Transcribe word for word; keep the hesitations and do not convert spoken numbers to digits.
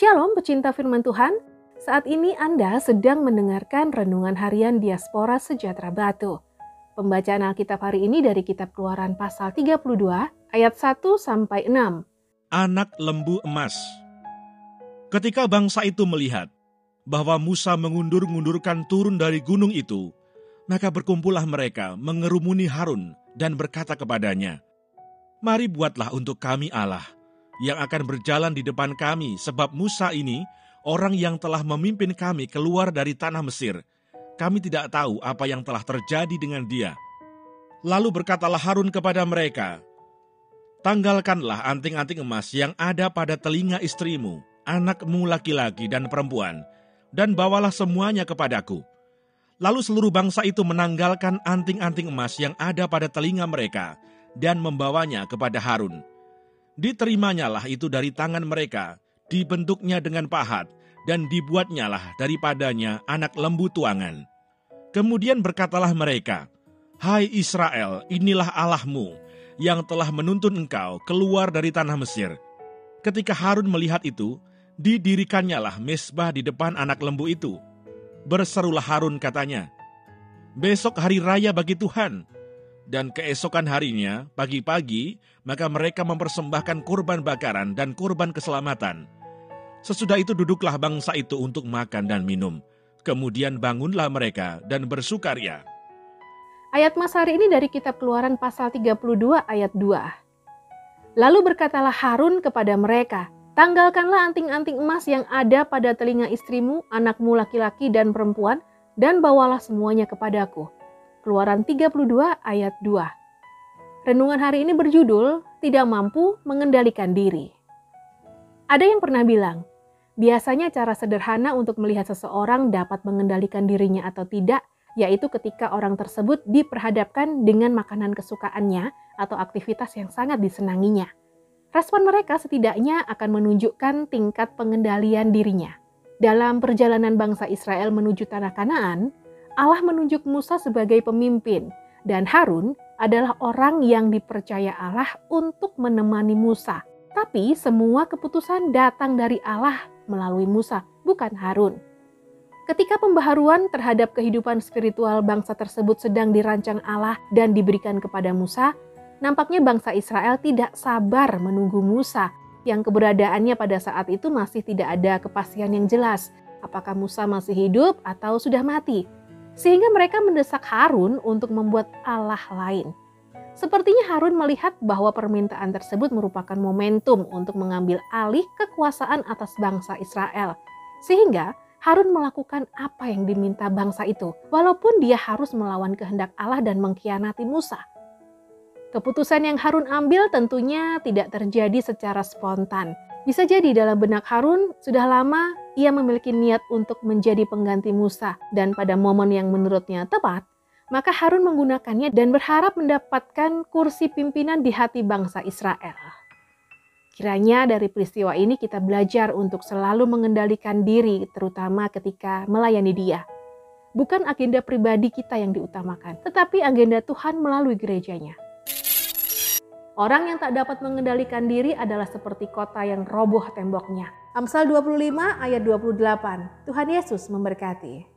Shalom pecinta firman Tuhan, saat ini Anda sedang mendengarkan Renungan Harian Diaspora Sejahtera Batu. Pembacaan Alkitab hari ini dari kitab Keluaran pasal tiga puluh dua ayat satu sampai enam. Anak lembu emas. Ketika bangsa itu melihat bahwa Musa mengundur-ngundurkan turun dari gunung itu, maka berkumpullah mereka mengerumuni Harun dan berkata kepadanya, "Mari buatlah untuk kami Allah yang akan berjalan di depan kami, sebab Musa ini orang yang telah memimpin kami keluar dari tanah Mesir. Kami tidak tahu apa yang telah terjadi dengan dia." Lalu berkatalah Harun kepada mereka, "Tanggalkanlah anting-anting emas yang ada pada telinga istrimu, anakmu laki-laki dan perempuan, dan bawalah semuanya kepadaku." Lalu seluruh bangsa itu menanggalkan anting-anting emas yang ada pada telinga mereka dan membawanya kepada Harun. Diterimanya itu dari tangan mereka, dibentuknya dengan pahat, dan dibuatnyalah daripadanya anak lembu tuangan. Kemudian berkatalah mereka, "Hai Israel, inilah Allahmu, yang telah menuntun engkau keluar dari tanah Mesir." Ketika Harun melihat itu, didirikannya mezbah di depan anak lembu itu. Berserulah Harun katanya, "Besok hari raya bagi Tuhan." Dan keesokan harinya, pagi-pagi, maka mereka mempersembahkan kurban bakaran dan kurban keselamatan. Sesudah itu duduklah bangsa itu untuk makan dan minum. Kemudian bangunlah mereka dan bersukaria. Ayat Mas hari ini dari kitab Keluaran pasal tiga puluh dua ayat dua. Lalu berkatalah Harun kepada mereka, "Tanggalkanlah anting-anting emas yang ada pada telinga istrimu, anakmu laki-laki dan perempuan, dan bawalah semuanya kepadaku." Keluaran tiga puluh dua ayat dua. Renungan hari ini berjudul, Tidak Mampu Mengendalikan Diri. Ada yang pernah bilang, biasanya cara sederhana untuk melihat seseorang dapat mengendalikan dirinya atau tidak, yaitu ketika orang tersebut diperhadapkan dengan makanan kesukaannya atau aktivitas yang sangat disenanginya. Respon mereka setidaknya akan menunjukkan tingkat pengendalian dirinya. Dalam perjalanan bangsa Israel menuju tanah Kanaan, Allah menunjuk Musa sebagai pemimpin, dan Harun adalah orang yang dipercaya Allah untuk menemani Musa. Tapi semua keputusan datang dari Allah melalui Musa, bukan Harun. Ketika pembaharuan terhadap kehidupan spiritual bangsa tersebut sedang dirancang Allah dan diberikan kepada Musa, nampaknya bangsa Israel tidak sabar menunggu Musa, yang keberadaannya pada saat itu masih tidak ada kepastian yang jelas, apakah Musa masih hidup atau sudah mati. Sehingga mereka mendesak Harun untuk membuat Allah lain. Sepertinya Harun melihat bahwa permintaan tersebut merupakan momentum untuk mengambil alih kekuasaan atas bangsa Israel. Sehingga Harun melakukan apa yang diminta bangsa itu, walaupun dia harus melawan kehendak Allah dan mengkhianati Musa. Keputusan yang Harun ambil tentunya tidak terjadi secara spontan. Bisa jadi dalam benak Harun sudah lama ia memiliki niat untuk menjadi pengganti Musa, dan pada momen yang menurutnya tepat, maka Harun menggunakannya dan berharap mendapatkan kursi pimpinan di hati bangsa Israel. Kiranya dari peristiwa ini kita belajar untuk selalu mengendalikan diri, terutama ketika melayani Dia. Bukan agenda pribadi kita yang diutamakan, tetapi agenda Tuhan melalui gerejanya. Orang yang tak dapat mengendalikan diri adalah seperti kota yang roboh temboknya. Amsal dua puluh lima ayat dua puluh delapan. Tuhan Yesus memberkati.